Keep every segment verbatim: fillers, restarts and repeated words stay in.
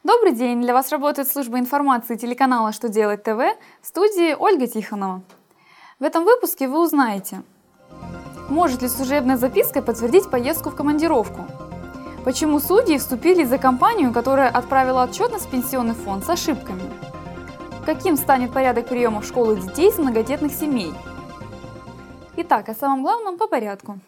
Добрый день! Для вас работает служба информации телеканала «Что делать ТВ», в студии Ольга Тихонова. В этом выпуске вы узнаете: может ли служебная записка подтвердить поездку в командировку? Почему судьи вступили за компанию, которая отправила отчетность в пенсионный фонд с ошибками? Каким станет порядок приема в школы детей из многодетных семей? Итак, о самом главном по порядку.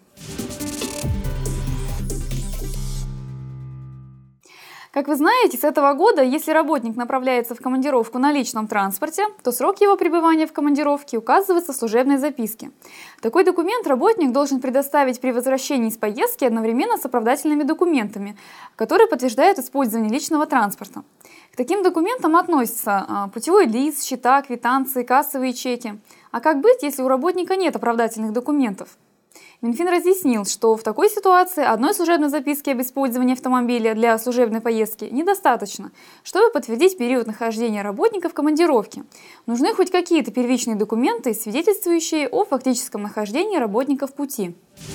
Как вы знаете, с этого года, если работник направляется в командировку на личном транспорте, то срок его пребывания в командировке указывается в служебной записке. Такой документ работник должен предоставить при возвращении из поездки одновременно с оправдательными документами, которые подтверждают использование личного транспорта. К таким документам относятся путевой лист, счета, квитанции, кассовые чеки. А как быть, если у работника нет оправдательных документов? Минфин разъяснил, что в такой ситуации одной служебной записки об использовании автомобиля для служебной поездки недостаточно, чтобы подтвердить период нахождения работника в командировке. Нужны хоть какие-то первичные документы, свидетельствующие о фактическом нахождении работника в пути.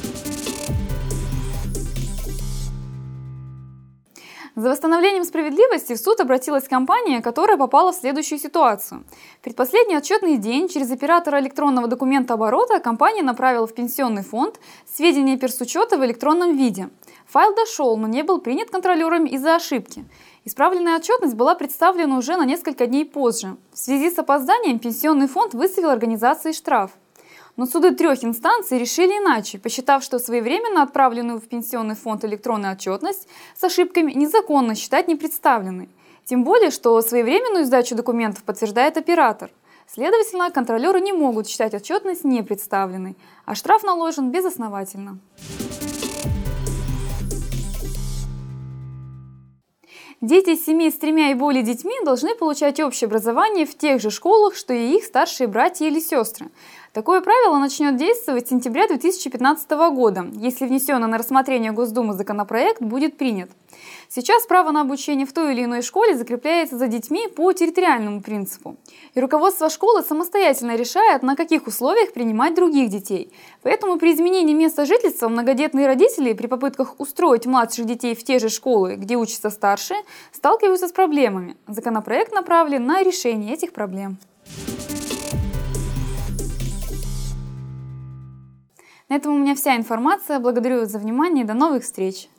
За восстановлением справедливости в суд обратилась компания, которая попала в следующую ситуацию. В предпоследний отчетный день через оператора электронного документооборота компания направила в пенсионный фонд сведения персучета в электронном виде. Файл дошел, но не был принят контролерами из-за ошибки. Исправленная отчетность была представлена уже на несколько дней позже. В связи с опозданием пенсионный фонд выставил организации штраф. Но суды трех инстанций решили иначе, посчитав, что своевременно отправленную в пенсионный фонд электронную отчетность с ошибками незаконно считать не представленной. Тем более, что своевременную сдачу документов подтверждает оператор. Следовательно, контролеры не могут считать отчетность не представленной, а штраф наложен безосновательно. Дети из семей с тремя и более детьми должны получать общее образование в тех же школах, что и их старшие братья или сестры. Такое правило начнет действовать с сентября две тысячи пятнадцатого года, если внесенный на рассмотрение Госдумы законопроект будет принят. Сейчас право на обучение в той или иной школе закрепляется за детьми по территориальному принципу. И руководство школы самостоятельно решает, на каких условиях принимать других детей. Поэтому при изменении места жительства многодетные родители при попытках устроить младших детей в те же школы, где учатся старшие, сталкиваются с проблемами. Законопроект направлен на решение этих проблем. На этом у меня вся информация. Благодарю вас за внимание и до новых встреч!